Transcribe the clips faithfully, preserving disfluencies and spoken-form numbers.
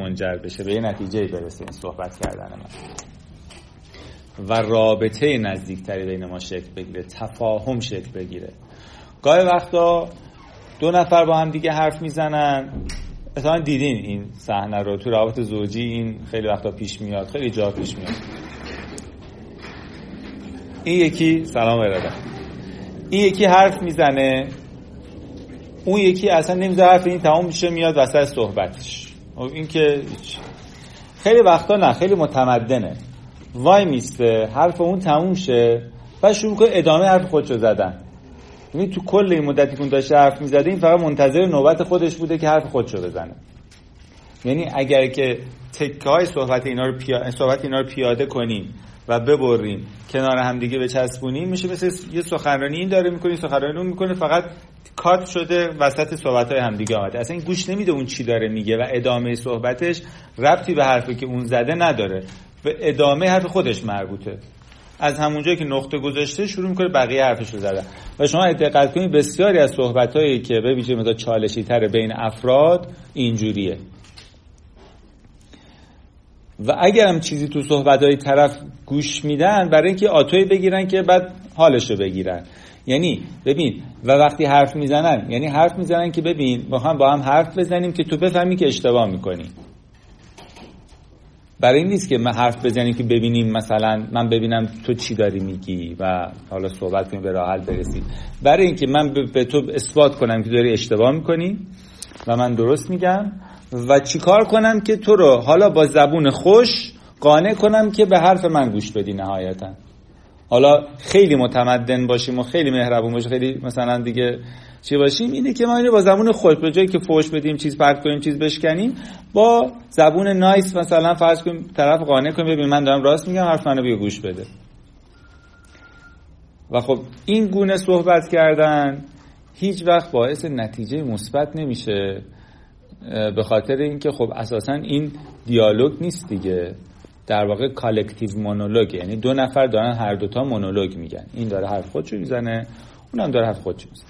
منجر بشه، به یه نتیجه برسه این صحبت کردن من و رابطه نزدیکتری بین ما شکل بگیره، تفاهم شکل بگیره. گاهی وقتا دو نفر با هم دیگه حرف میزنن، مثلا دیدین این صحنه رو تو روابط زوجی، این خیلی وقتا پیش میاد، خیلی جا پیش میاد. این یکی سلام علیکم، این یکی حرف میزنه، اون یکی اصلا نمیذاره حرف این تمام میشه، میاد وسط صحبتش. این که خیلی وقتا نه، خیلی متمدنه، وای میسته حرف اون تموم شه و شروع کنه ادامه حرف خودشو زدن. یعنی تو کل این مدتی که اون داشته حرف میزده، این فقط منتظر نوبت خودش بوده که حرف خودشو بزنه. یعنی اگر که تکه‌های صحبت اینا رو پیا... صحبت اینا رو پیاده کنیم و ببریم کنار هم دیگه بچسبونیم، میشه مثل یه سخنرانی این داره میکنه، سخنرانی اون میکنه، فقط کات شده وسط صحبت‌های هم دیگه آمده. اصلا این گوش نمیده اون چی داره میگه و ادامه صحبتش ربطی به حرفی که اون زده نداره، به ادامه حرف خودش مربوطه. از همونجایی که نقطه گذاشته شروع میکنه بقیه حرفش رو زدن. و شما دقت کنید بسیاری از صحبتایی که به ویژه مثلا چالشی تر بین افراد اینجوریه. و اگر هم چیزی تو صحبت‌های طرف گوش میدن برای اینکه آتوی بگیرن که بعد حالش رو بگیرن. یعنی ببین، و وقتی حرف میزنن یعنی حرف میزنن که ببین با هم با هم حرف بزنیم که تو بفهمی که اشتباه میکنی. برای این نیست که من حرف بزنیم که ببینیم مثلا من ببینم تو چی داری میگی و حالا صحبت کنیم به راه حل برسیم. برای اینکه من به تو اثبات کنم که داری اشتباه میکنی و من درست میگم و چیکار کنم که تو رو حالا با زبون خوش قانع کنم که به حرف من گوش بدی نهایتا. حالا خیلی متمدن باشیم و خیلی مهربون باشیم، خیلی مثلا دیگه چی باشیم، اینه که ما اینو با زبون خوش، به جایی که فوش بدیم، چیز پرت کنیم، چیز بشکنیم، با زبون نایس مثلا فرض کنیم طرف قانع کنیم ببین من دارم راست میگم، حرف منو بیا گوش بده. و خب این گونه صحبت کردن هیچ وقت باعث نتیجه مثبت نمیشه، به خاطر اینکه خب اساسا این دیالوگ نیست دیگه، در واقع کالکتیو مونولوگ، یعنی دو نفر دارن هر دوتا مونولوگ میگن، این داره حرف خودشو میزنه، اونم داره حرف خودشو میزنه.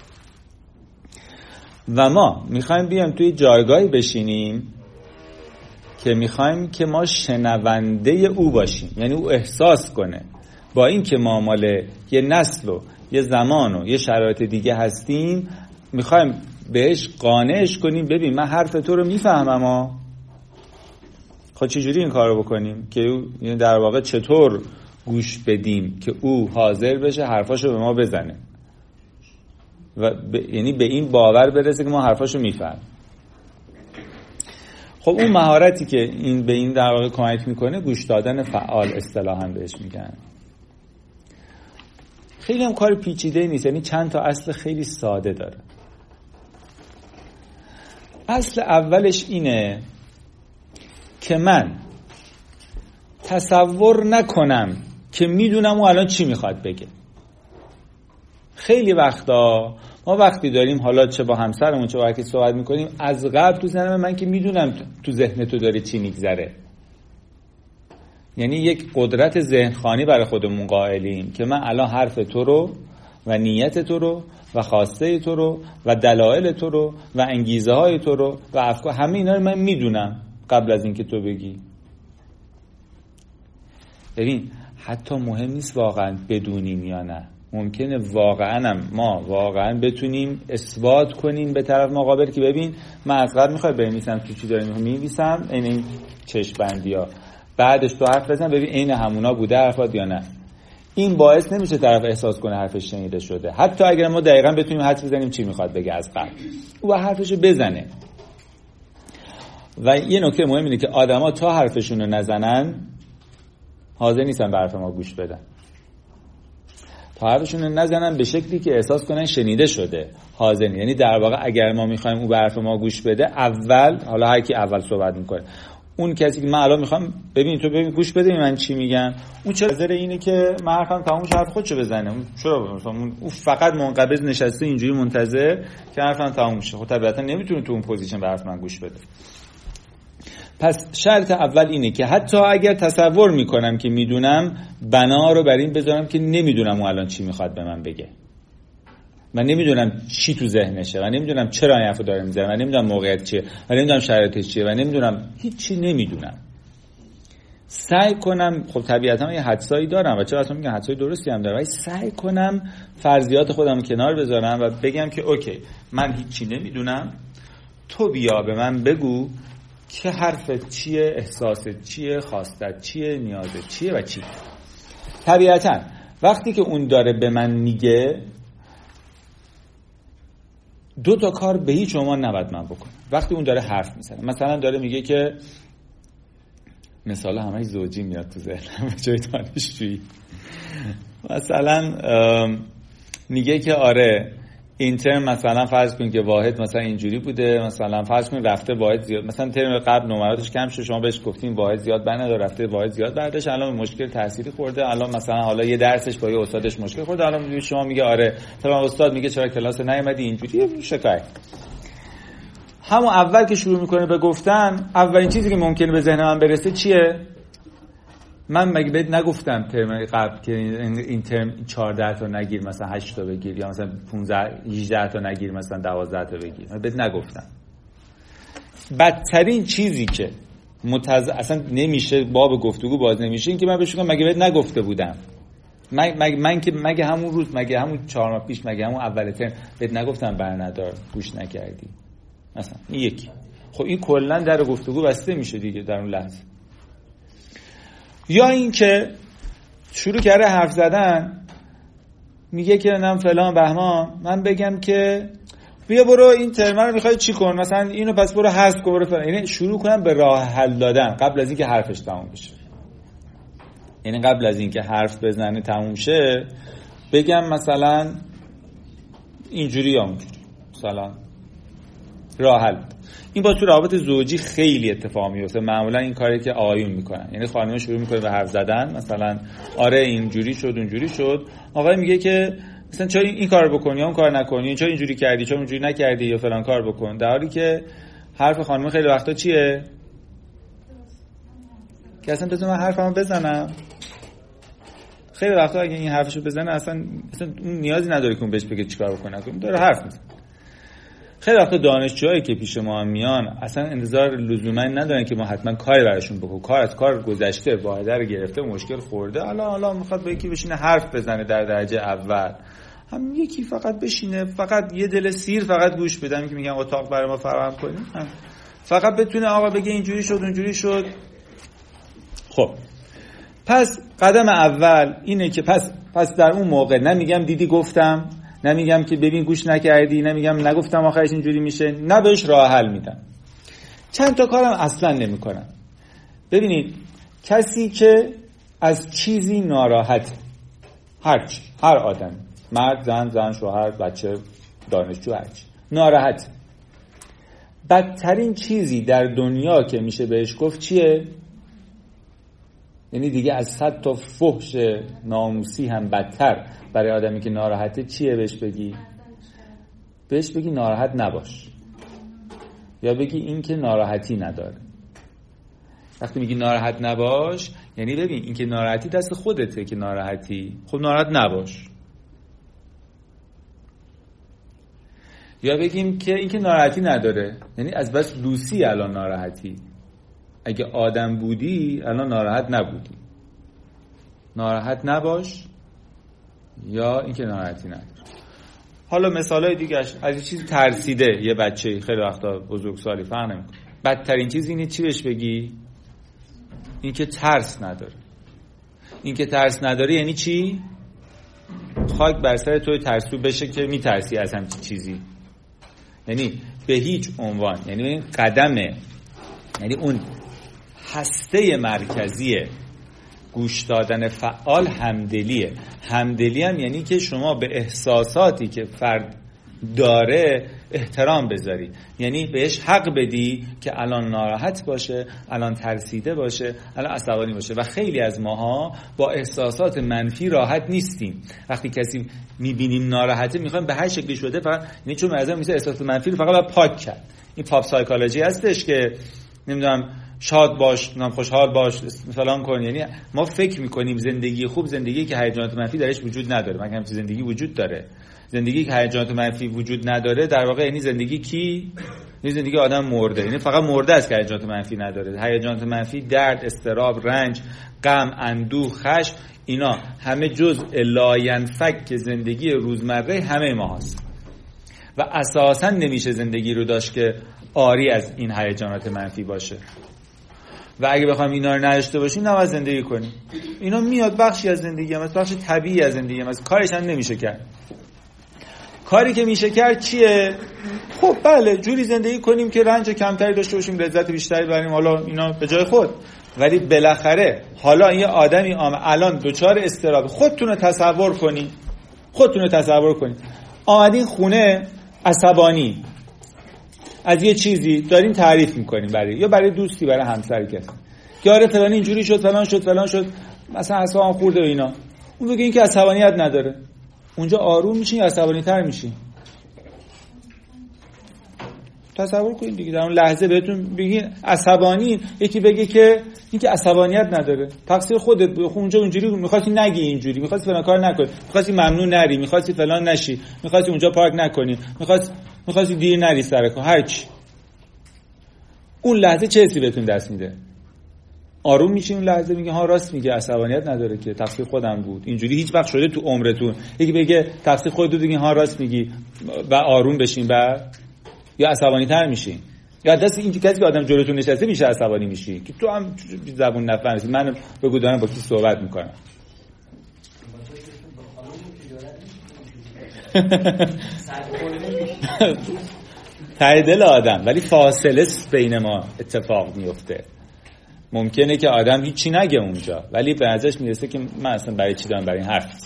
و ما میخوایم بیام توی جایگاهی بشینیم که میخوایم که ما شنونده او باشیم، یعنی او احساس کنه با این که ما مال یه نسل و یه زمان و یه شرایط دیگه هستیم، میخوایم بهش قانعش کنیم ببین من حرف تو رو میفهمم ها. خب چجوری این کار رو بکنیم که یعنی در واقع چطور گوش بدیم که او حاضر بشه حرفاشو به ما بزنه و ب... یعنی به این باور برسه که ما حرفاشو میفهم. خب اون مهارتی که این به این در واقع کمک میکنه گوش دادن فعال اصطلاحاً بهش میگن. خیلی هم کار پیچیده نیست، یعنی چند تا اصل خیلی ساده داره. اصل اولش اینه که من تصور نکنم که میدونم او الان چی میخواد بگه. خیلی وقتا ما وقتی داریم حالا چه با همسرمون چه با هرکی صحبت میکنیم، از قبل تو ذهنم من که میدونم تو ذهن تو داره چی میگذره. یعنی یک قدرت ذهنخوانی برای خودمون قائلیم که من الان حرف تو رو و نیت تو رو و خواسته تو رو و دلایل تو رو و انگیزه های تو رو و افکار، همه اینا رو من میدونم قبل از اینکه تو بگی. ببین حتی مهم نیست واقعا بدونیم یا نه، ممکنه واقعا هم ما واقعا بتونیم اثبات کنیم به طرف مقابل که ببین من از قبل میخوای بنویسم تو چی دارم می‌نویسم، این این چشم بندی‌ها، بعدش تو حرف بزن ببین عین همونا بوده حرفات یا نه. این باعث نمیشه طرف احساس کنه حرفش شنیده شده، حتی اگر ما دقیقاً بتونیم حدس بزنیم چی میخواد بگه از قبل، او حرفشو بزنه. و یه نکته مهم اینه که آدما تا حرفشون رو نزنن حاضر نیستن به حرف ما گوش بدن. تا حرفشون رو نزنن به شکلی که احساس کنن شنیده شده حاضر نیست. یعنی در واقع اگر ما میخوایم او به حرف ما گوش بده، اول حالا هر کی اول صحبت میکنه، اون کسی که من الان میخوام ببین تو ببین گوش بده من چی میگم، اون چه حاضر اینه که من حرفم تموم شه حرف خودشو بزنه. اون چرا مثلا اون فقط منقبض نشسته اینجوری منتظر که حرفم تموم شه. خب طبیعتا نمیتونه تو اون پوزیشن به حرف من گوش بده. پس شرط اول اینه که حتی اگر تصور میکنم که میدونم، بنا رو بر این بذارم که نمیدونم اون الان چی میخواد به من بگه. من نمیدونم چی تو ذهنشه، من نمیدونم چرا این حرفو داره میزنه، من نمیدونم موقعیت چیه، من نمیدونم شرایطش چیه، من نمیدونم، هیچی نمیدونم. سعی کنم، خب طبیعتا یه حدسایی دارم و چرا اصلا میگم حدسای درستی هم دارم، ولی سعی کنم فرضیات خودم رو کنار بذارم و بگم که اوکی من هیچی نمیدونم، تو بیا به من بگو که حرفت چیه، احساست چیه، خواستت چیه، نیازت چیه و چی. طبیعتا وقتی که اون داره به من میگه دو تا کار به هیچ عنوان نباید من بکنم. وقتی اون داره حرف میزنه، مثلا داره میگه که مثلا همه زوجی میاد تو ذهنم به جای دانشجویی، مثلا میگه که آره این ترم مثلا فرض کنید که واحد مثلا اینجوری بوده، مثلا فرض کنید رفته واحد زیاد، مثلا ترم قبل نمراتش کم شد، شما بهش گفتین واحد زیاد برداشت، رفته واحد زیاد برداشت، الان مشکل تحصیلی خورده، الان مثلا حالا یه درسش با یه استادش مشکل خورده، الان شما میگه آره فلان استاد میگه چرا کلاس نیومدی اینجوری، شکایت. همون اول که شروع میکنه به گفتن، اولین چیزی که ممکنه به ذهن من برسه چیه؟ من مگه بهت نگفتم ترم قبل که این ترم چهارده تا نگیر مثلا هشت تا بگیر، یا مثلا پانزده هجده تا نگیر مثلا دوازده تا بگیر؟ من بهت نگفتم. بدترین چیزی که متز... اصلا نمیشه باب گفتگو باز نمیشه این که من بهش بگم مگه بهت نگفته بودم، من مگه من که مگه همون روز، مگه همون چهار ماه پیش، مگه همون اول ترم بهت نگفتم برندار گوش نکردی مثلا. این یکی. خب این کلا در گفتگو بسته میشه دیگه در اون لحظه. یا این که شروع کرده حرف زدن، میگه که نم فلان بهمان، من بگم که بیا برو این ترم رو میخوای چی کن، مثلا اینو پس برو حذف کن برو فلان، یعنی شروع کنم به راه حل دادن قبل از اینکه حرفش تموم بشه. یعنی قبل از اینکه حرف بزنه تموم شه بگم مثلا اینجوری یا اونجوری، مثلا راه حل. این با تو روابط زوجی خیلی اتفاق میفته. معمولا این کاری که آقایون میکنن، یعنی خانم شروع میکنه به حرف زدن، مثلا آره اینجوری شد اونجوری شد، آقای میگه که مثلا چرا این کارو بکنی یا اون کار نکنی، چرا اینجوری کردی چرا اونجوری نکردی یا فلان کار بکن، در حالی که حرف خانم خیلی وقتا چیه که اصلا بذار من حرفمو بزنم. خیلی وقتا اگه این حرفشو بزنه اصلا اصلا اون نیازی نداره که اون بهش بگه چیکار بکنه، اون داره حرف میزنه. خیلی وقتا دانشجوهایی که پیش ما هم میان اصلا انتظار لزوما ندارن که ما حتما کاری براشون بکنیم. کار از کار گذشته، واحده رو گرفته، مشکل خورده، حالا حالا میخواد با یکی بشینه حرف بزنه در درجه اول، هم یکی فقط بشینه فقط یه دل سیر فقط گوش بدم که میگم اتاق برای ما فراهم کنیم، فقط بتونه آقا بگه اینجوری شد اونجوری شد. خب پس قدم اول اینه که پس پس در اون موقع نمیگم دیدی گفتم، نمیگم که ببین گوش نکردی، نمیگم نگفتم آخرش اینجوری میشه، نه بهش راه حل میدم. چند تا کارم اصلا نمیکنم. ببینید کسی که از چیزی ناراحت، هر چی، هر آدم، مرد، زن، زن، شوهر، بچه، دانشجو، هر چی ناراحت، بدترین چیزی در دنیا که میشه بهش گفت چیه؟ یعنی دیگه از صد تا فحش ناموسی هم بدتر برای آدمی که ناراحته چیه بهش بگی؟ بهش بگی ناراحت نباش، یا بگی این که ناراحتی نداره. وقتی میگی ناراحت نباش یعنی ببین این که ناراحتی دست خودته که ناراحتی، خب ناراحت نباش. یا بگیم که این که ناراحتی نداره یعنی از بس لوسی الان ناراحتی، اگه آدم بودی الان ناراحت نبودی. ناراحت نباش یا اینکه ناراحتی نداره. حالا مثالای دیگه‌اش از این چیز ترسیده، یه بچه خیلی وقتا بزرگسالی فرق نمی‌کنه، بدترین چیز اینه چی بهش بگی؟ اینکه ترس نداره. اینکه ترس نداره یعنی چی؟ خاک بر سر توی ترسو بشه که میترسی از همچین چیزی. یعنی به هیچ عنوان، یعنی قدم، یعنی اون هسته مرکزی گوش دادن فعال همدلیه. همدلی هم یعنی که شما به احساساتی که فرد داره احترام بذاری، یعنی بهش حق بدی که الان ناراحت باشه، الان ترسیده باشه، الان عصبانی باشه. و خیلی از ماها با احساسات منفی راحت نیستیم. وقتی کسی میبینیم ناراحته میخوایم به هر شکلی شده فقط، یعنی چون مرزم میشه احساسات منفی رو فقط باید پاک کرد. این پاپ سایکولوژی هستش که نمیدونم شاد باش، نام خوشحال باش، فلان کن. یعنی ما فکر میکنیم زندگی خوب زندگی که هیجانات منفی درش وجود نداره. مگر همین زندگی وجود داره. زندگی که هیجانات منفی وجود نداره در واقع یعنی زندگی کی؟ یعنی زندگی آدم مرده. یعنی فقط مرده است که هیجانات منفی نداره. هیجانات منفی درد، اضطراب، رنج، غم، اندوه، خشم، اینا همه جزء لاینفک زندگی روزمره همه ما هست و اساساً نمیشه زندگی رو داشت که آری از این هیجانات منفی باشه. و اگه بخوام اینا رو نداشته باشیم نباید زندگی کنیم. اینا میاد بخشی از زندگی هم است، بخش طبیعی از زندگی هم است. کارش هم نمیشه کرد. کاری که میشه کرد چیه؟ خب بله جوری زندگی کنیم که رنج کمتری داشته باشیم، لذت بیشتری ببریم، حالا اینا به جای خود. ولی بالاخره حالا یه آدمی آمد الان دوچار استراب، خودتون رو تصور کنید. خودتون رو تصور کنید. آمدین خونه عصبانی از یه چیزی دارین تعریف میکنین برای یا برای دوستی، برای همسری کسی که آره فلان اینجوری شد، فلان شد، فلان شد، مثلا اعصابم خورده و اینا. اون بگه این که عصبانیت نداره. اونجا آروم میشین یا عصبانی تر میشین؟ تصور کنید دیگه در اون لحظه بهتون بگین عصبانی، یکی بگه که این که عصبانیت نداره، تقصیر خودت بود، اونجا اونجوری می‌خواستی نگی، اینجوری می‌خواستی فلان کار نکنی، می‌خواستی ممنون نری، می‌خواستی فلان نشی، می‌خواستی اونجا پارک نکنی، می‌خواستی می‌خواستی دیر نری سر کار، هر چی. اون لحظه چه حسی بهتون دست میده؟ آروم میشین اون لحظه، میگه ها راست میگه، عصبانیت نداره که، تقصیر خودم بود. اینجوری هیچ وقت شده تو عمرتون یکی بگه تقصیر خودت بود، بگین ها راست میگی و آروم بشین بعد؟ یا عصبانی تر میشین؟ یا دست این کسی که آدم جلوتون نشسته میشه عصبانی میشی که تو هم زبون نفهمی. من بگو دارم با کی صحبت میکنم. ته دل آدم، ولی فاصله بین ما اتفاق میفته. ممکنه که آدم هیچی نگه اونجا ولی به ازش میرسه که من اصلا برای چی دارم برای این حرف.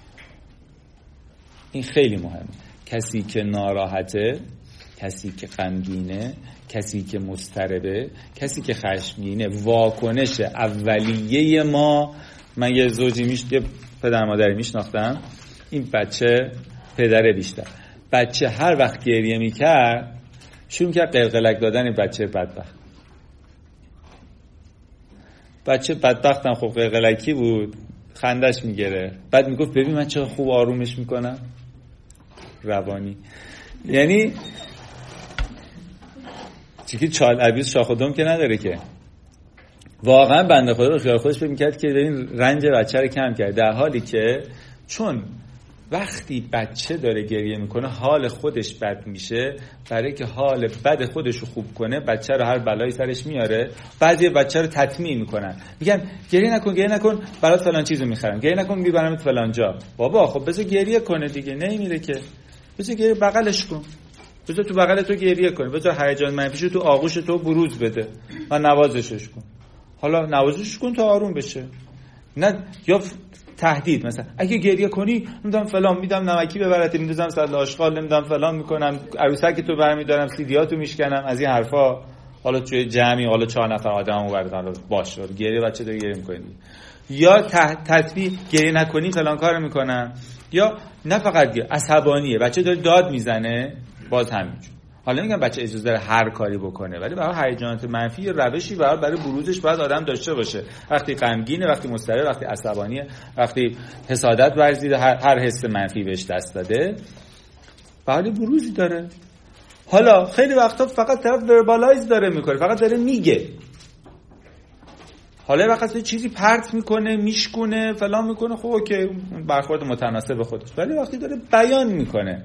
این خیلی مهمه. کسی که ناراحته، کسی که غمگینه، کسی که مضطربه، کسی که خشمگینه، واکنش اولیه ما. من یه زوجی میش یه پدر مادری میشناختم، این بچه پدر بیشتر بچه هر وقت گریه میکرد شروع کرد قلقلک دادن. این بچه بدبخت بچه بدبختم خب قلقلکی بود، خندش میگیره. بعد میگفت ببین من چه خوب آرومش میکنم. روانی یعنی چیزی چال ابیوز شاخ و دم که نداره که. واقعا بنده خدا به خیال خودش فکر میکرد که ببین رنج بچه رو کم کرد، در حالی که چون وقتی بچه داره گریه میکنه حال خودش بد میشه، برای که حال بد خودش رو خوب کنه بچه رو هر بلایی سرش میاره. بعضی بچه رو تطمیع میکنن، میگن گریه نکن گریه نکن برات فلان چیزو میخرم، گریه نکن میبرمت فلان جا. بابا خب بذار گریه کنه دیگه، نمیره که. بذار گریه بغلش کن، بذار تو بغل تو گریه کنه، بذار هیجان منفیشو تو آغوش تو بروز بده و نوازشش کن. حالا نوازشش کن تا آروم بشه. نه یا تهدید، مثلا اگه گریه کنی میدم فلان، میدم نمکی ببرت، میندازم صد آشغال، نمیدم فلان میکنم، عروسکی تو برمیدارم، سیدیاتو میشکنم، از این حرفا. حالا توی جمعی حالا چهار نفر آدمو بردن باشه گریه بچه داره گریه میکنه. یا تطبیق گریه نکنی فلان کارو میکنم. یا نه فقط گریه، عصبانیه بچه داره داد میزنه باز همینجور. حالا میگم بچه اجازه داره هر کاری بکنه، ولی برای هیجانات منفی روشی برای برای بروزش باید آدم داشته باشه. وقتی غمگینه، وقتی مضطرب، وقتی عصبانیه، وقتی حسادت ورزیده، هر هر حس منفی بهش دست داده، باید بروزی داره. حالا خیلی وقتا فقط طرف وربالایز داره میکنه، فقط داره میگه. حالا وقتی یه چیزی پرت میکنه، میشکونه، فلان میکنه، خب اوکی برخورد متناسب به خودش. ولی وقتی داره بیان میکنه،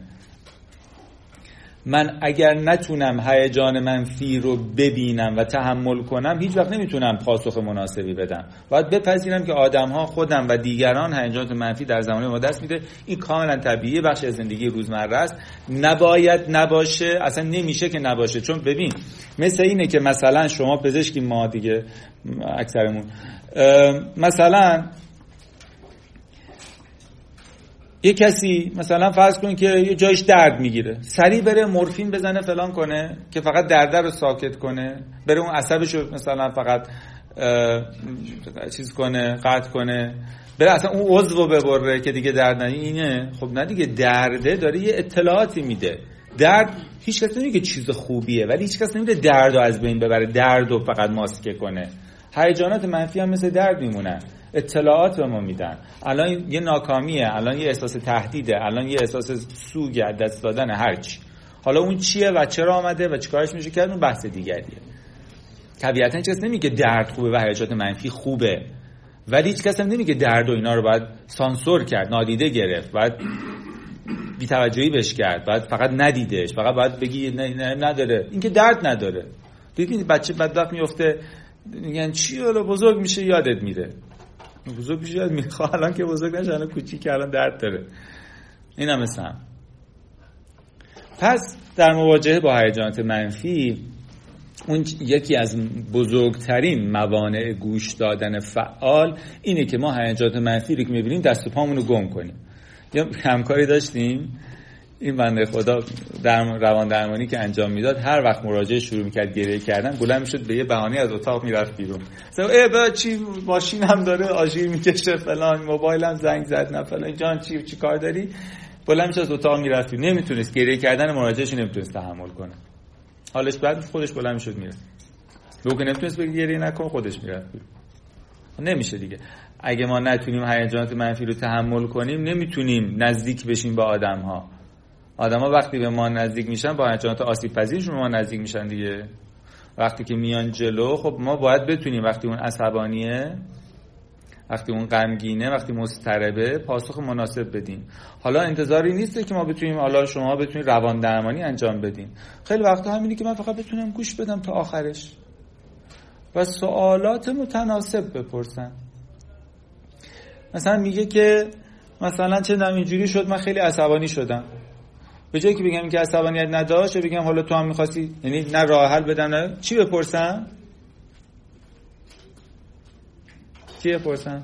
من اگر نتونم هیجان منفی رو ببینم و تحمل کنم، هیچ وقت نمیتونم پاسخ مناسبی بدم. باید بپذیرم که آدم‌ها، خودم و دیگران هیجانات منفی در زمان ما دست میده. این کاملا طبیعیه، بخش از زندگی روزمره است. نباید نباشه، اصلا نمیشه که نباشه. چون ببین مثل اینه که مثلا شما پزشکی، ما دیگه اکثرمون مثلا یه کسی مثلا فرض کن که یه جایش درد میگیره، سریع بره مورفین بزنه فلان کنه که فقط درد رو ساکت کنه، بره اون عصبشو مثلا فقط چیز کنه، قطع کنه، بره اصلا اون عضو رو ببره که دیگه درد نه. اینه خب نه دیگه، درده داره یه اطلاعاتی میده، درد هیچ کس نمیگه چیز خوبیه، ولی هیچ کس نمیده درد رو از بین ببره، درد رو فقط ماسکه کنه. هیجانات منفی هم مثل درد میمونن، اطلاعات به ما میدن. الان یه ناکامیه، الان یه احساس تهدیده، الان یه احساس سوگ، دست دادن، هر چی. حالا اون چیه و چرا آمده و چیکارش میشه کرد اون بحث دیگریه. طبیعتاً هیچ کس نمیگه درد خوبه و هیجانات منفی خوبه، ولی هیچ کس هم نمیگه درد و اینا رو باید سانسور کرد، نادیده گرفت، باید بی‌توجهی بهش کرد، باید فقط ندیدش، فقط باید بگی نه, نه نداره. این که درد نداره. دیدین بچه بدبخت میفته میگن چی حالا بزرگ میشه یادت میره. بزرگ میشه یاد میره، الان که بزرگ نشه الان کوچیک الان درد داره. اینم مثلا. پس در مواجهه با هیجانات منفی اون یکی از بزرگترین موانع گوش دادن فعال اینه که ما هیجانات منفی رو که میبینیم دست و پامون رو گم کنیم. یه همکاری داشتیم، این بنده خدا در روان درمانی که انجام میداد هر وقت مراجعه شروع میکرد گریه کردن بلند میشد به یه بهانه از اتاق میرفت بیرون. مثلا ای با چی ماشین هم داره آژیر میکشه فلان، موبایلم زنگ زد نه فلان، جان چی چی کار داری؟ بلند میشد از اتاق میرفت. نمیتونست گریه کردن مراجعهش نمیتونست تحمل کنه. حالش بعد خودش بلند میشد میره. لو که نمیتونست بگه گریه نکن خودش میرفت بیرون. نمیشه دیگه. اگه ما نتونیم هیجانات منفی رو تحمل کنیم نمیتونیم نزدیک بشیم به آدم‌ها. آدم‌ها وقتی به ما نزدیک میشن با هیجانات آسیب پذیرشون ما نزدیک میشن دیگه. وقتی که میان جلو خب ما باید بتونیم وقتی اون عصبانیه، وقتی اون غمگینه، وقتی مضطربه پاسخ مناسب بدیم. حالا انتظاری نیست که ما بتونیم، حالا شما بتونید روان درمانی انجام بدین. خیلی وقتا همینه که من فقط بتونم گوش بدم تا آخرش و سوالات متناسب بپرسن. مثلا میگه که مثلا چه نم اینجوری شد من خیلی عصبانی شدم، به جایی که بگم که عصبانیت نداشت بگم حالا تو هم می‌خواستی، یعنی نه راه حل بدم نه چی بپرسم؟ چی بپرسم؟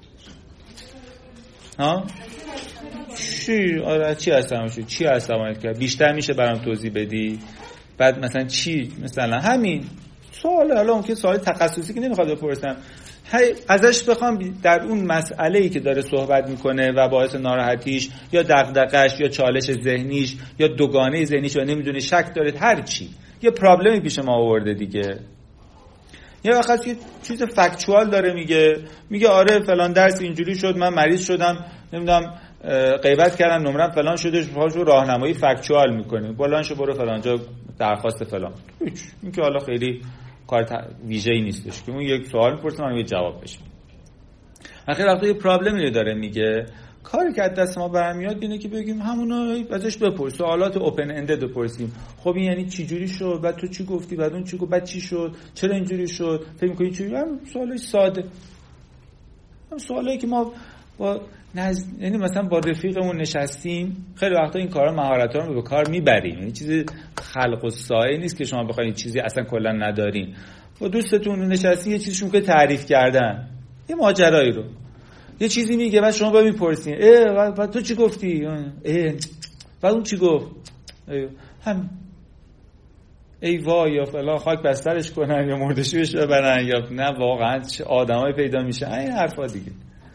ها؟ چی؟ آره چی عصبانی شد؟ چی عصبانیت کرد؟ بیشتر میشه برام توضیح بدی؟ بعد مثلا چی؟ مثلا همین سوال. حالا اون که سوال تخصصی که نمیخواد بپرسم، هی ازش بخوام در اون مسئله‌ای که داره صحبت میکنه و باعث ناراحتیش یا دغدغه‌اش یا چالش ذهنیش یا دوگانه ذهنیش و نمیدونه شک داره، هر چی یه پرابلمی پیش ما آورده دیگه. یه وقت یه چیز فکتوال داره میگه، میگه آره فلان درس اینجوری شد، من مریض شدم، نمیدونم غیبت کردن نمرم فلان شده، شو راهنمایی فکتوال میکنه، بلانشو برو فلان جا درخواست فلان. هیچ این که حالا خیلی کار ویژه‌ای نیستش که اون یک سوال می‌پرسه من یه جواب بشه. آخر وقتا یه پرابلمی رو داره میگه، کاری که از دست ما برمیاد اینه که بگیم همونا ازش بپرس، سوالات اوپن اندد بپرسیم. خب این یعنی چی جوری شد، بعد تو چی گفتی، بعد اون چی گفت، بعد چی شد، چرا اینجوری شد، فکر می‌کنی چی؟ هم سوالای ساده، هم سوالایی که ما با نز... یعنی مثلا با رفیقمون نشستیم، خیلی وقتا این کارا مهارت‌ها رو به کار میبریم، یعنی چیزی خلق الساعه نیست که شما بخواید چیزی اصلا کلا ندارین. با دوستتون نشستین یه چیزی که تعریف کردن، یه ماجرایی رو یه چیزی میگه بعد شما با میپرسین اه بعد تو چی گفتی، اه بعد اون چی گفت، هم ای وای یا فلان خاک بسترش کنن یا مردشویش ببرن یا نه واقعا چه آدمایی پیدا میشن، این حرفا دیگه.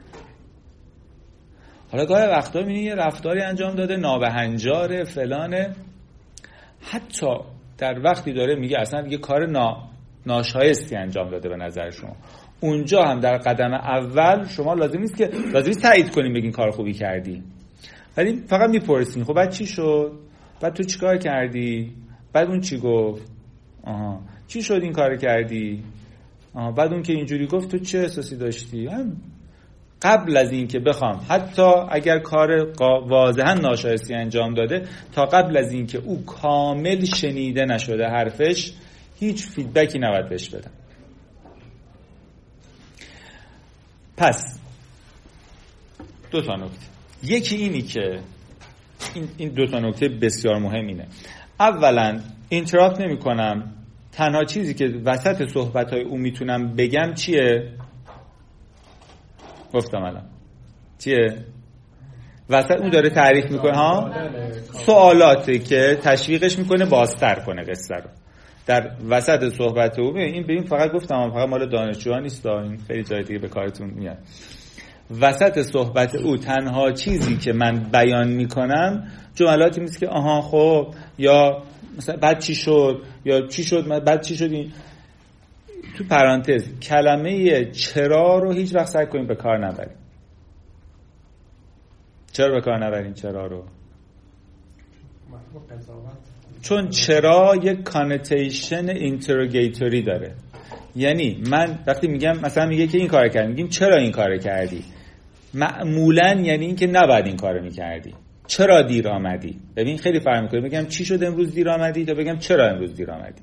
حالا گاهی وقتا می‌بینی یه رفتاری انجام داده نابهنجاره فلانه، حتی در وقتی داره میگه اصلا یه کار نا... ناشایستی انجام داده به نظر شما، اونجا هم در قدم اول شما لازم نیست که لازم نیست تایید کنیم بگین کار خوبی کردی، ولی فقط میپرسین خب بعد چی شد، بعد تو چیکار کردی، بعد اون چی گفت، آها چی شد این کار کردی، آها بعد اون که اینجوری گفت تو چه احساسی داشتی. هم قبل از این که بخوام حتی اگر کار واضحا ناشایستی انجام داده، تا قبل از این که او کامل شنیده نشده حرفش، هیچ فیدبکی نباید بهش بدم. پس دو تا نکته، یکی اینی که این, این دو تا نکته بسیار مهم اینه. اولا اینتراپت نمی کنم، تنها چیزی که وسط صحبت‌های او میتونم بگم چیه؟ گفتم الان چیه؟ وسط اون داره تعریف میکنه ها، سوالاتی که تشویقش میکنه بازتر کنه قصه رو در وسط صحبت او. این به این فقط گفتم فقط مال دانشجوها نیست، این خیلی جای دیگه به کارتون میاد. وسط صحبت او تنها چیزی که من بیان میکنم جملاتی میست که آها خب، یا مثلا بعد چی شد، یا چی شد بعد چی شد. این تو پرانتز کلمه چرا رو هیچ وقت سعی کنیم به کار نبریم. چرا به کار نبریم چرا رو؟ چون چرا یک کانوتیشن اینتروگیتوری داره. یعنی من وقتی میگم مثلا میگه که این کار کردی، میگیم چرا این کار کردی، معمولا یعنی این که نباید این کارو میکردی. چرا دیر آمدی؟ ببین خیلی فرق میکنه بگم چی شد امروز دیر آمدی تا بگم چرا امروز دیر آمدی.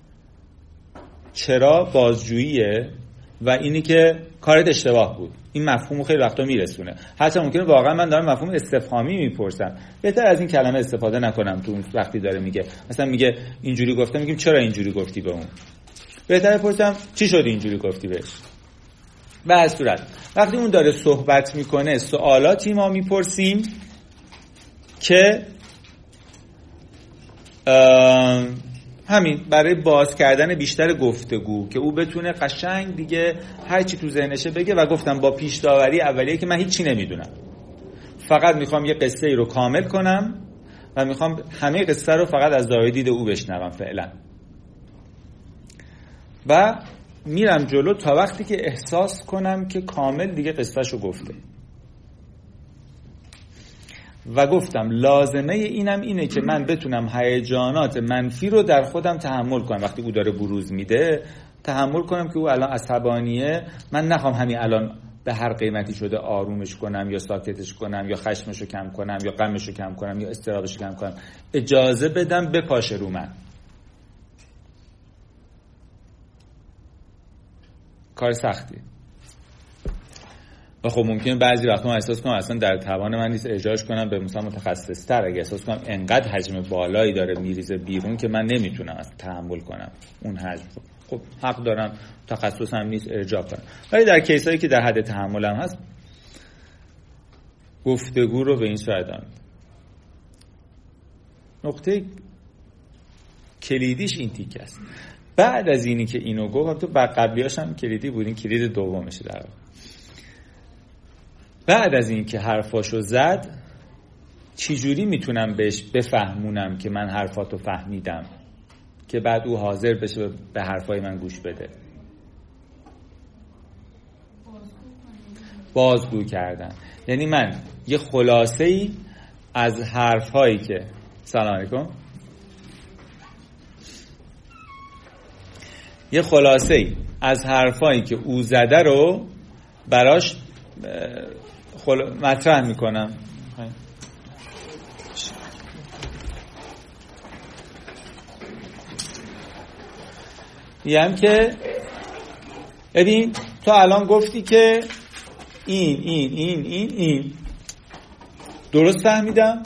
چرا بازجوییه و اینی که کارت اشتباه بود. این مفهومو خیلی وقتا میرسونه. حتی ممکنه واقعا من دارم مفهوم استفهامی میپرسم، بهتر از این کلمه استفاده نکنم تو وقتی داره میگه مثلا میگه اینجوری گفتم، میگیم چرا اینجوری گفتی به اون. بهتره بپرسم چی شد اینجوری گفتی بهش. به هر صورت وقتی اون داره صحبت میکنه سوالاتی ما میپرسیم که همین برای باز کردن بیشتر گفتگو که او بتونه قشنگ دیگه هر چی تو ذهنشه بگه. و گفتم با پیش داوری اولیه که من هیچی نمیدونم، فقط میخوام یه قصه ای رو کامل کنم و میخوام همه قصه رو فقط از زاویه دید او بشنوم فعلا. و میرم جلو تا وقتی که احساس کنم که کامل دیگه قصهشو گفته. و گفتم لازمه اینم اینه که من بتونم هیجانات منفی رو در خودم تحمل کنم. وقتی او داره بروز میده تحمل کنم که او الان عصبانیه، من نخوام همین الان به هر قیمتی شده آرومش کنم یا ساکتش کنم یا خشمشو کم کنم یا غمشو کم کنم یا اضطرابشو کم کنم. اجازه بدم بپاشه رو من. کار سختی. و خب ممکنه بعضی وقتا من احساس کنم اصلا در توان من نیست اجراش کنم به مثلا متخصص تر. اگه احساس کنم انقدر حجم بالایی داره میریزه بیرون که من نمیتونم اصلا تحمل کنم اون حجم، خب حق دارم، تخصصم نیست ارجاع کنم. ولی در کیسایی که در حد تحملم هست گفتگو رو به این صورت دارم. نقطه کلیدیش این تیکه است. بعد از اینی که اینو گفت تو بعد قبلیاش هم کلیدی بود، این کلید دومشه در واقع. بعد از این که حرفاشو زد چجوری میتونم بهش بفهمونم که من حرفاتو فهمیدم که بعد او حاضر بشه به حرفای من گوش بده؟ بازگو کردن. یعنی من یه خلاصه‌ای از حرفایی که سلام علیکم یه خلاصه‌ای از حرفایی که او زده رو براش خل... مطرح میکنم. یعنی که ببین تو الان گفتی که این این این این این درست فهمیدم؟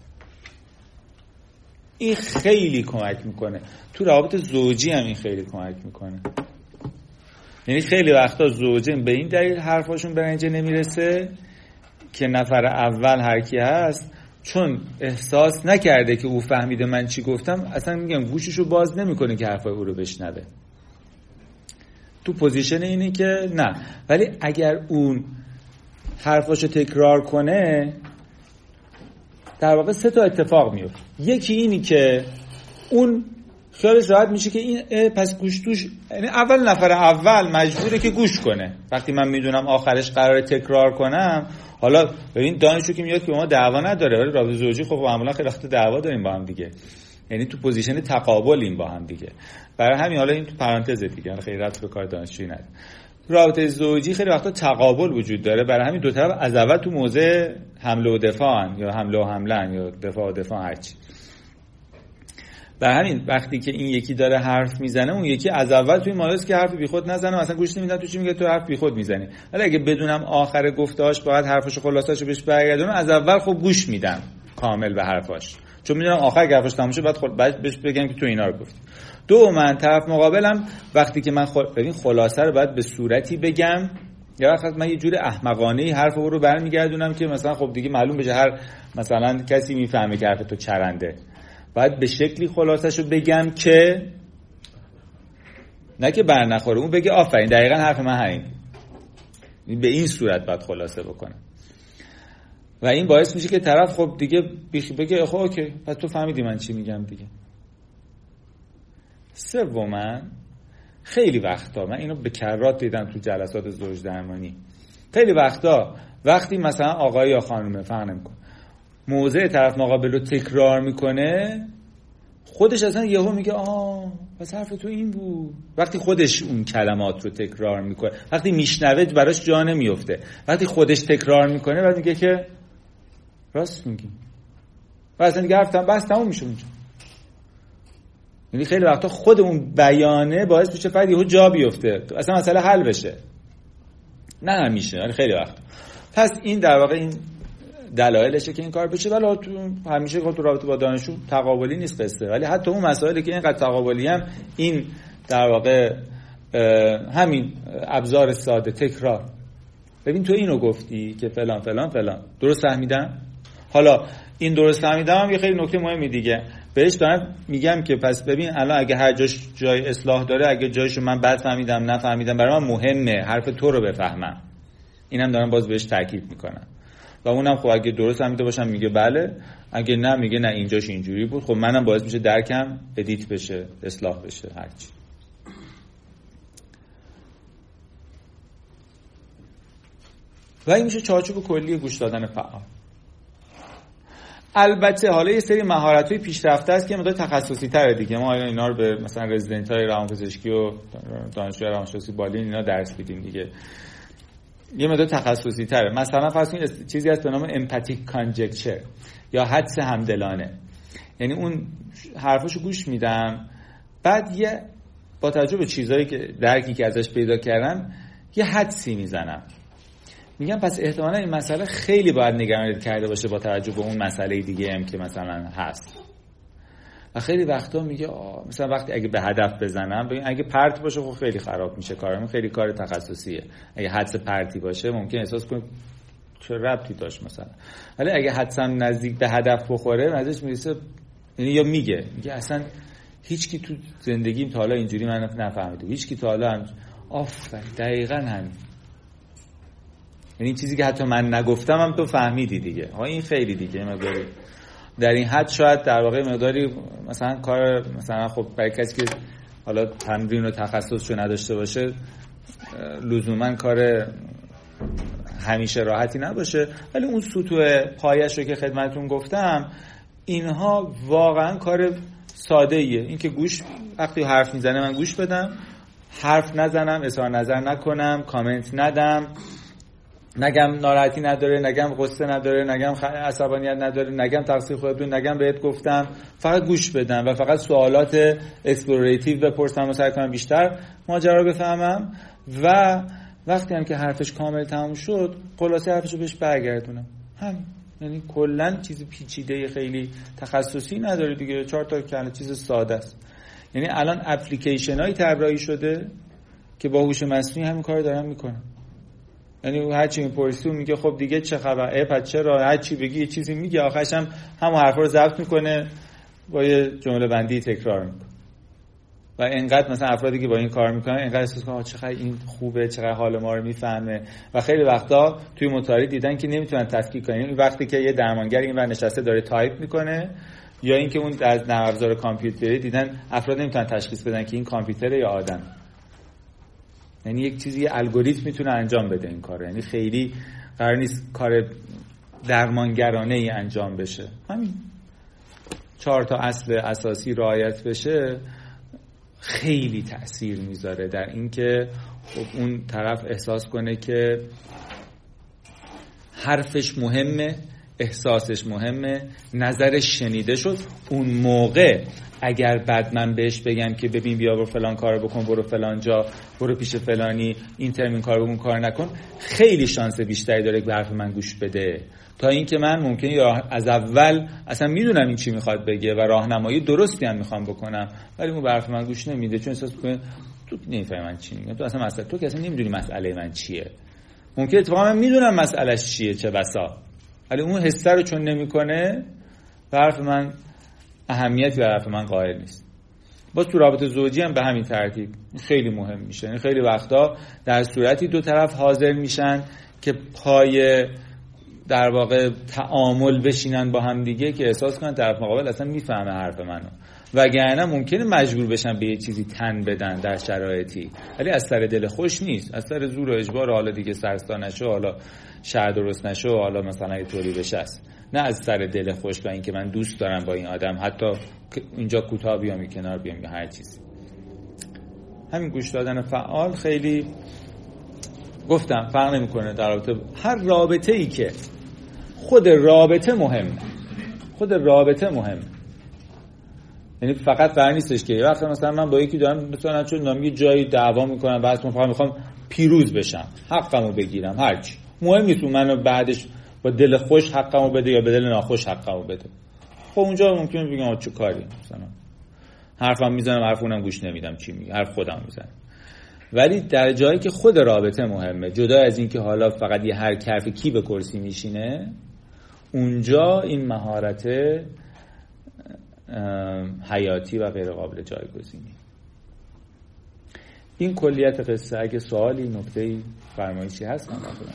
این خیلی کمک میکنه تو روابط زوجی هم. این خیلی کمک میکنه. یعنی خیلی وقتا زوجین به این دلیل حرفاشون به نتیجه نمیرسه که نفر اول هر کی هست چون احساس نکرده که او فهمیده من چی گفتم، اصلا میگم گوششو باز نمیکنه که حرفای او رو بشنوه. تو پوزیشن اینه که نه. ولی اگر اون حرفاشو تکرار کنه در واقع سه تا اتفاق میفته. یکی اینی که اون خیالش راحت میشه که این پس گوش توش، یعنی اول نفر اول مجبوره که گوش کنه. وقتی من میدونم آخرش قراره تکرار کنم، حالا ببین دانشو که میاد که ما دعوا نداره، ولی رابطه زوجی خب معمولا خیلی وقت دعوا داریم با هم دیگه. یعنی تو پوزیشن تقابلیم با هم دیگه. برای همین حالا این تو پرانتزه دیگه، خیلی ربط به کار دانشجویی نداره. رابطه زوجی خیلی وقتا تقابل وجود داره، برای همین دو طرف از اول تو موضع حمله و دفاعن یا حمله و حملهن یا دفاع و دفاع هرچی. برای همین وقتی که این یکی داره حرف میزنه اون یکی از اول توی مالاست که حرف بیخود نزنه، مثلا گوش نمیدن تو چی میگه، تو حرف بیخود میزنی. ولی اگه بدونم آخر گفتهاش باید حرفشو خلاصه‌اشو بهش برگردونم، از اول خب گوش میدم کامل به حرفاش، چون میدونم آخر حرفش تموم شه بعد خود بعد بهش بگم که تو اینا رو گفتی. دو من طرف مقابلم وقتی که من خل... ببین خلاصه رو باید به صورتی بگم، یا وقت من یه جور احمقانه‌ای حرف او رو برمیگردونم که مثلا خب دیگه معلوم بشه هر مثلا کسی میفهمه که حرف تو چرنده. باید به شکلی خلاصه‌شو بگم که نه که بر نخوره، اون بگه آفرین دقیقاً حرف من همین. به این صورت باید خلاصه بکنم و این باعث میشه که طرف خب دیگه بگه خب اوکی پس تو فهمیدی من چی میگم دیگه. سوماً خیلی وقتا من اینو به کرات دیدم تو جلسات زوج درمانی، خیلی وقتا وقتی مثلا آقای یا خانومه فرق نمیکنه موضع طرف مقابل رو تکرار میکنه، خودش اصلا یهو میگه آه پس حرف تو این بود. وقتی خودش اون کلمات رو تکرار میکنه، وقتی میشنوه براش جا نمیفته، وقتی خودش تکرار میکنه بعد میگه که راست میگی و اصلا دیگه حرف بس تموم میشه اونجا. یعنی خیلی وقتا خود اون بیانه باعث میشه فرد یهو جا بیفته، اصلا مسئله حل بشه. نه همیشه، ولی خیلی وقت. پس این در واقع این دلایلشه که این کار بشه. ولی تو همیشه تو رابطه با دانشجو تقابلی نیست قصه، ولی حتی اون مسائلی که اینقدر تقابلی هم این در واقع همین ابزار ساده تکرار. ببین تو اینو گفتی که فلان فلان فلان، درست فهمیدم؟ حالا این درست فهمیدم هم یه خیلی نکته مهمی دیگه بهش دارم میگم که پس ببین الان اگه هر جاش جای اصلاح داره، اگه جایشو من بد فهمیدم نفهمیدم، برای من مهمه حرف تو رو بفهمم. اینم دارم باز بهش تاکید میکنم و اونم خب اگه درست فهمیده باشم میگه بله، اگه نه میگه نه اینجاش اینجوری بود. خب منم باعث میشه درکم ادیت بشه، اصلاح بشه، هرچی. و این میشه چارچوب کلی گوش دادن فعال. البته حالا یه سری مهارت‌های پیشرفته است که مقدار تخصصی تره دیگه. ما اینا رو به مثلا رزیدنت‌های روانپزشکی و دانشجوی روانشناسی بالین اینا درس میدیم دیگه. یه مقدار تخصصی تره. مثلا فرض کنید چیزی هست به نام امپاتیک کانجکچر یا حدس همدلانه. یعنی اون حرفاشو گوش میدم، بعد یه با توجه به چیزایی که درکی که ازش پیدا کردم یه حدسی میزنم. میگم پس احتمالا این مسئله خیلی باید نگرانی کرده باشه با توجه به اون مسئله دیگه هم که مثلا هست. و خیلی وقتا میگه آه مثلا وقتی اگه به هدف بزنم، ببین اگه پرت باشه خب خیلی خراب میشه کارم، خیلی کار تخصصیه. اگه حدس پرتی باشه ممکن احساس کنی چه ربطی داشت مثلا، ولی اگه حدسم نزدیک به هدف بخوره ازش میرسه، یعنی یا میگه میگه اصلا هیچکی تو زندگیم تا حالا اینجوری من نفهمیده، هیچکی تا حالا هم آفرین دقیقاً همین. یعنی چیزی که حتی من نگفتم هم تو فهمیدی دیگه. ها این خیلی دیگه مقداری در این حد شاید در واقع مقداری مثلا کار مثلا خب برای کسی که حالا تمرین و تخصصشو نداشته باشه لزوما کار همیشه راحتی نباشه، ولی اون سطوح پایش رو که خدمتتون گفتم اینها واقعا کار ساده ایه. این که گوش وقتی حرف میزنه من گوش بدم، حرف نزنم، اظهار نظر نکنم، کامنت ندم، نگم ناراحتی نداره، نگم غصه نداره، نگم عصبانیت نداره، نگم تقصیر خودت بود، نگم بهت گفتم، فقط گوش بدم و فقط سوالات اکسپلوراتیو بپرسم و سعی کنم بیشتر ماجرا رو بفهمم و وقتی هم که حرفش کامل تموم شد خلاصه حرفشو بهش برگردونم. همین. یعنی کلا چیز پیچیده خیلی تخصصی نداره دیگه، چهار تا کلمه چیز ساده است. یعنی الان اپلیکیشن‌های طراحی شده که با هوش مصنوعی همین کارو دارن میکنن. یعنی هر چی میپرسی میگه خب دیگه چه خبر، ای پس چرا، هر چی بگی یه چیزی میگه، آخرش هم همون حرفا رو ضبط میکنه با یه جمله بندی تکرار میکنه. و اینقدر مثلا افرادی که با این کار میکنن اینقدر احساس میکنن چقدر این خوبه، چقدر حال ما رو میفهمه و خیلی وقتا توی مطالعه دیدن که نمیتونن تفکیک کنن. این وقتی که یه درمانگر اینور نشسته داره تایپ میکنه یا اینکه اون از نرم افزار کامپیوتری دیدن افراد نمیتونن تشخیص بدن که این کامپیوتره یا آدم. یعنی یک چیزی یه الگوریتم میتونه انجام بده این کارو. یعنی خیلی قرار نیست کار درمانگرانه ای انجام بشه. همین چهار تا اصل اساسی رعایت بشه خیلی تأثیر میذاره در اینکه خب اون طرف احساس کنه که حرفش مهمه، احساسش مهمه، نظرش شنیده شد. اون موقع اگر بعد من بهش بگم که ببین بیا برو فلان کارو بکن، برو فلان جا، برو پیش فلانی، این ترمین کارو بکن، کار نکن، خیلی شانس بیشتری داره که به حرف من گوش بده تا اینکه من ممکنه یا از اول اصلا میدونم این چی میخواد بگه و راهنمایی درستی هم میخوام بکنم ولی اون به حرف من گوش نمیده چون احساس میکنه تو نمیفهمی من چی میگم، تو اصلا مسئله تو که اصلا نمیدونی مسئله من چیه. ممکنه اتفاقا من میدونم مسئلهش چیه چه بسا، ولی اون حسه رو چون نمیکنه به حرف من اهمیتی به حرف من قائل نیست. با تو رابطه زوجی هم به همین ترتیب خیلی مهم میشه. یعنی خیلی وقتا در صورتی دو طرف حاضر میشن که پای در واقع تعامل بشینن با هم دیگه که احساس کنن طرف مقابل اصلا میفهمه حرف منو، وگرنه ممکنه مجبور بشن به یه چیزی تن بدن در شرایطی، ولی از سر دل خوش نیست، از سر زور و اجبار، حالا دیگه سرستا نشو، حالا شهر درست نشو، حالا مثلا یه طوری بشه است. نه از سر دل خوش و اینکه من دوست دارم با این آدم حتی اینجا کوتاه بیام کنار بیام یا هر چیزی. همین گوش دادن فعال خیلی گفتم فرق نمیکنه در رابطه، هر رابطه ای که خود رابطه مهمه، خود رابطه مهمه. یعنی فقط قرار نیستش که یه وقت مثلا من با یکی دارم مثلا چون نام یه جایی دعوا میکنم بعد من میخوام پیروز بشم، حقمو بگیرم، هرچی مهم نیست منو بعدش با دل خوش حقمو بده یا به دل ناخوش حقمو بده. خب اونجا ممکنه بگم آ چه کاری، مثلا حرفم میزنم حرف اونم گوش نمیدم چی میگه، حرف خودم میزنم. ولی در جایی که خود رابطه مهمه، جدا از این که حالا فقط یه هر حرف کی به کرسی میشینه، اونجا این مهارت حیاتی و غیر قابل جایگزینی. این کلیت قصه. اگه سوالی نکته‌ای فرمایشی هست من بخونم.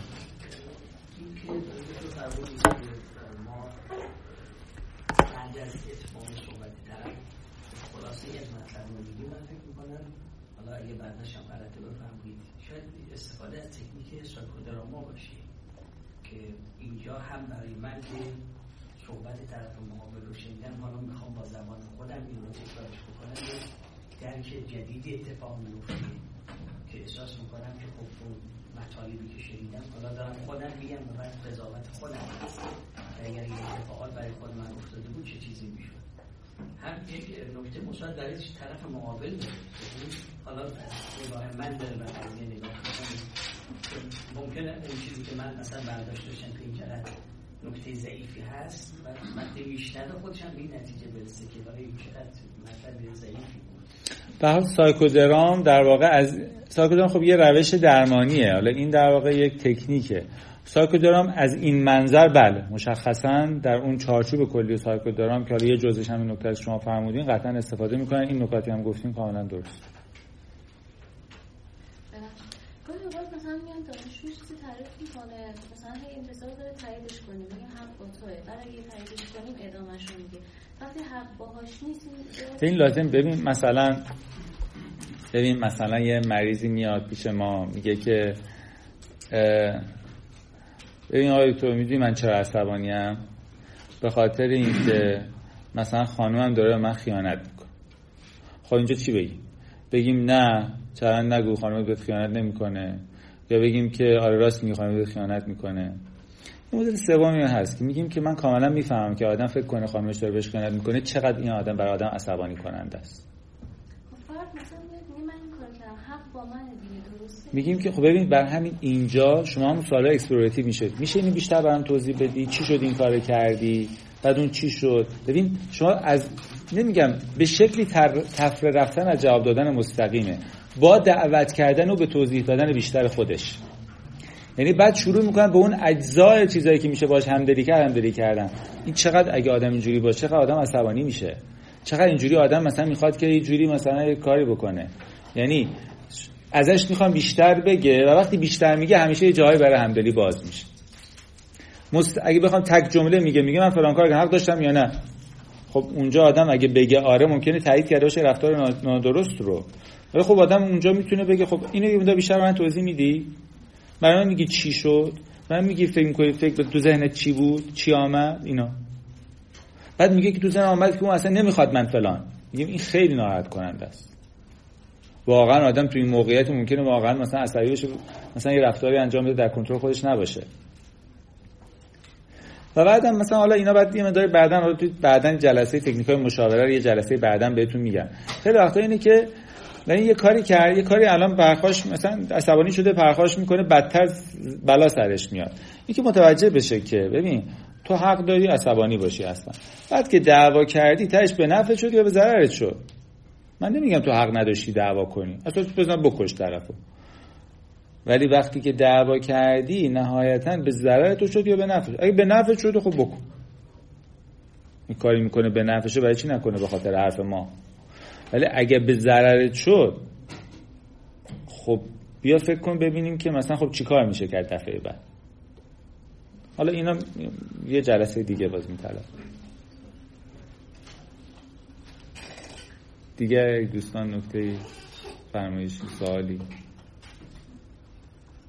اگه بعدش هم غلطه بفهمید شاید استفاده از تکنیک سایکودراما باشه که اینجا هم برای من که صحبت طرف مقابل رو شنیدم، حالا میخوام با زبان خودم این رو تکرارش بکنم، درک جدید اتفاق میفته که احساس میکنم که خب اون مطالبی که شنیدم حالا دارم خودم میگم و بعد قضاوت خودم هست که اگر این اتفاقات برای خود من افتاده بود چه چیزی میشد. هم یک نکته مثبت برای طرف مقابل داره، حالا نگاه من داره و قضیه نگاه کنم، ممکنه اون چیزی که من مثلا برداشت داشتم که این جهت نکته ضعیفی هست و وقتی میشنوه خودش هم به این نتیجه برسه که برای این چقدر مطلب ضعیفی بود. به حال سایکودرام در واقع از سایکودرام خب یه روش درمانیه، حالا این در واقع یک تکنیکه. سایکودرام از این منظر بله مشخصاً در اون چارچوب کلی سایکودرام که حالا یه جزش همین نکته شما فرمودین قطعاً استفاده میکنن. این نکاتی هم گفتیم کاملا درست. گاهی اوقات مثلا میان دانشجو چیزی تعریف میکنه، مثلا هی انتظار داره تاییدش کنیم، میگه حق با توئه، بعد اگه تاییدش کنیم ادامهش رو میگه، وقتی حق باهاش نیست این لازم. ببین مثلا ببین مثلا یه مریضی میاد پیش ما میگه که ببین آقای تو میدونی من چرا عصبانیم؟ به خاطر اینکه مثلا خانومم داره به من خیانت میکنه. خب اینجا چی بگیم؟ بگیم نه چرا نگو خانومت بهت خیانت نمیکنه، یا بگیم که آره راست میگه خانومت بهت خیانت میکنه؟ این مدل سومی هست که میگیم که من کاملا میفهمم که آدم فکر کنه خانومش داره بهش خیانت میکنه چقدر این آدم برای آدم عصبانی کننده است. میگیم که خب ببین بر همین اینجا شما هم سوال اکسپلوراتیو میشه میشه اینو بیشتر برام توضیح بدی چی شد این کارو کردی بعد اون چی شد. ببین شما از نمیگم به شکلی تفره رفتن از جواب دادن مستقیمه با دعوت کردن و به توضیح دادن بیشتر خودش، یعنی بعد شروع میکنن به اون اجزای چیزایی که میشه باش همدلی کردن همدلی کردن. این چقدر اگه آدم اینجوری باشه چقدر آدم عصبانی میشه، چقدر اینجوری آدم مثلا میخواد که یه جوری مثلا یه کاری بکنه، یعنی ازش میخوام بیشتر بگه و وقتی بیشتر میگه همیشه یه جایی برای همدلی باز میشه. مست... اگه بخوام تک جمله میگه میگه من فلان کار کردم حق داشتم یا نه، خب اونجا آدم اگه بگه آره ممکنه تایید کرده باشه رفتار نادرست رو، ولی خب آدم اونجا میتونه بگه خب اینو یه بیشتر من توضیح میدی، برای من میگی چی شد، من میگی فکر می‌کنی فکر تو ذهنت چی بود چی آمد اینا، بعد میگه که تو ذهن آمد که اون اصلا نمیخواد من فلان. میگیم این خیلی ناراحت کننده است. واقعا آدم تو این موقعیت ممکنه واقعا مثلا عصبی بشه، مثلا یه رفتاری انجام بده در کنترل خودش نباشه. و بعدم مثلا حالا اینا بعد یه مقدار بعدن حالا تو بعدن جلسه تکنیکای مشاوره رو یه جلسه بعدن بهتون میگم. خیلی وقتا اینه که یعنی یه کاری کرد یه کاری الان پرخاش مثلا عصبانی شده پرخاش میکنه بدتر بلا سرش میاد. این که متوجه بشه که ببین تو حق داری عصبانی باشی اصلا، بعد که دعوا کردی تاش به نفعت شد یا به ضررت شد. من نمیگم تو حق نداشتی دعوا کنی، اصلا تو بزن بکش طرفو، ولی وقتی که دعوا کردی نهایتاً به ضرر تو شد یا به نفعت. اگه به نفعت شد خب بکن. این کاری میکنه به نفعشه برای چی نکنه به خاطر حرف ما. ولی اگه به ضررت شد، خب بیا فکر کن ببینیم که مثلا خب چی کار میشه کرد دفعه بعد. حالا اینا یه جلسه دیگه باز میطلب. دیگه دوستان نکته فرمایشی سوالی